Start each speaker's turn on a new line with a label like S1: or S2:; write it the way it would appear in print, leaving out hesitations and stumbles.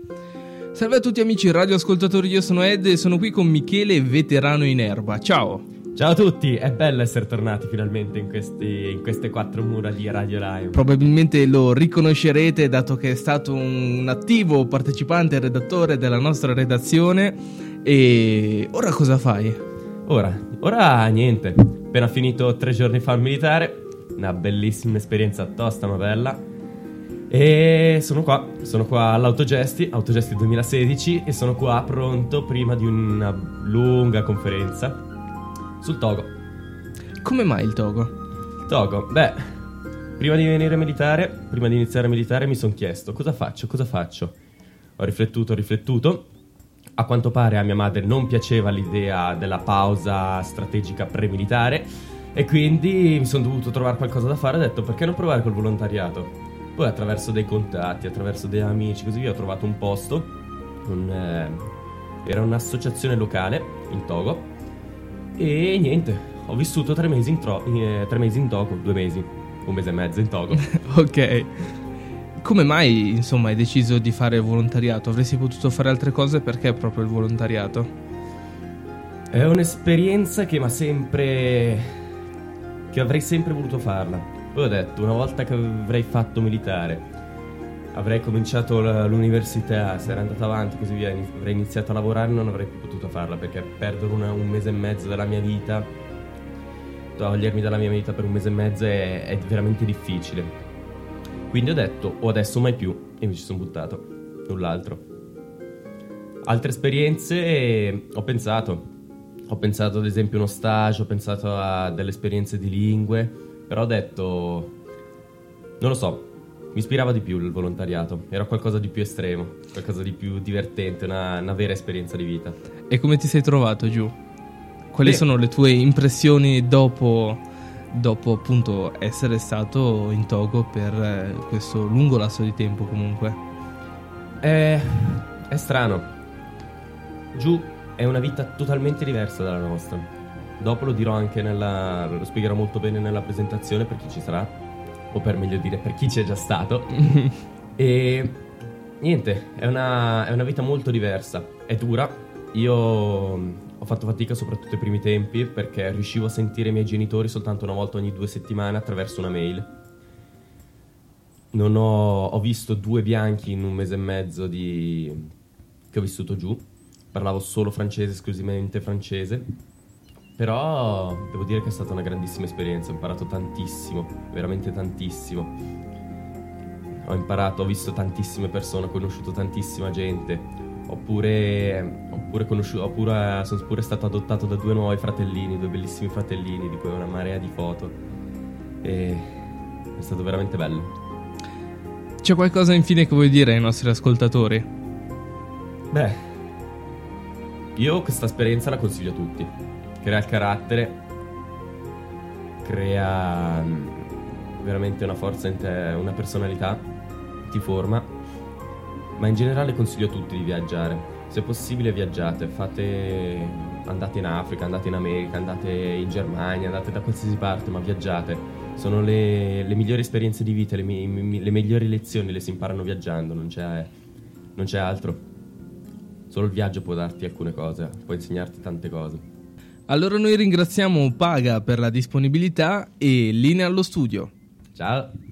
S1: Salve a tutti amici radioascoltatori, io sono Ed e sono qui con Michele, veterano in erba. Ciao!
S2: Ciao a tutti, è bello essere tornati finalmente in queste quattro mura di Radio Live.
S1: Probabilmente lo riconoscerete dato che è stato un attivo partecipante e redattore della nostra redazione. E ora cosa fai?
S2: Ora niente, appena finito 3 giorni fa al militare, una bellissima esperienza tosta ma bella. E sono qua all'Autogesti 2016 e sono qua pronto prima di una lunga conferenza sul Togo.
S1: Come mai il Togo?
S2: Il Togo, prima di iniziare a militare mi sono chiesto cosa faccio. Ho riflettuto. A quanto pare a mia madre non piaceva l'idea della pausa strategica premilitare e quindi mi sono dovuto trovare qualcosa da fare. Ho detto perché non provare col volontariato? Poi attraverso dei contatti, attraverso degli amici, così via, ho trovato un posto, era un'associazione locale in Togo e niente, ho vissuto 3 mesi in Togo, 2 mesi, 1 mese e mezzo in Togo.
S1: Ok, come mai insomma hai deciso di fare volontariato? Avresti potuto fare altre cose, perché proprio il volontariato?
S2: È un'esperienza che avrei sempre voluto farla. Poi ho detto, una volta che avrei fatto militare, avrei cominciato l'università, sarei andato avanti così via, avrei iniziato a lavorare, non avrei più potuto farla, perché perdere un mese e mezzo della mia vita, togliermi dalla mia vita per 1 mese e mezzo è veramente difficile. Quindi ho detto, o adesso o mai più, e mi ci sono buttato, null'altro. Altre esperienze, ho pensato ad esempio uno stage, ho pensato a delle esperienze di lingue, però ho detto, non lo so, mi ispirava di più il volontariato, era qualcosa di più estremo, qualcosa di più divertente, una vera esperienza di vita.
S1: E come ti sei trovato giù? Quali sono le tue impressioni dopo appunto essere stato in Togo per questo lungo lasso di tempo comunque?
S2: È strano. Giù è una vita totalmente diversa dalla nostra. Dopo lo dirò anche lo spiegherò molto bene nella presentazione per chi ci sarà, o per meglio dire per chi c'è già stato. E niente, è una vita molto diversa, è dura. Io ho fatto fatica soprattutto ai primi tempi perché riuscivo a sentire i miei genitori soltanto una volta ogni 2 settimane attraverso una mail. Ho visto 2 bianchi in 1 mese e mezzo che ho vissuto giù. Parlavo solo francese, esclusivamente francese. Però devo dire che è stata una grandissima esperienza, ho imparato tantissimo, veramente tantissimo. Ho visto tantissime persone, ho conosciuto tantissima gente. Sono pure stato adottato da 2 nuovi fratellini, 2 bellissimi fratellini, di cui ho una marea di foto. E è stato veramente bello.
S1: C'è qualcosa infine che vuoi dire ai nostri ascoltatori?
S2: Io questa esperienza la consiglio a tutti. Crea il carattere, crea veramente una forza in te, una personalità, ti forma, ma in generale consiglio a tutti di viaggiare. Se possibile viaggiate, andate in Africa, andate in America, andate in Germania, andate da qualsiasi parte, ma viaggiate. Sono le migliori esperienze di vita, le migliori lezioni le si imparano viaggiando, non c'è altro. Solo il viaggio può darti alcune cose, può insegnarti tante cose.
S1: Allora noi ringraziamo Paga per la disponibilità e linea allo studio.
S2: Ciao!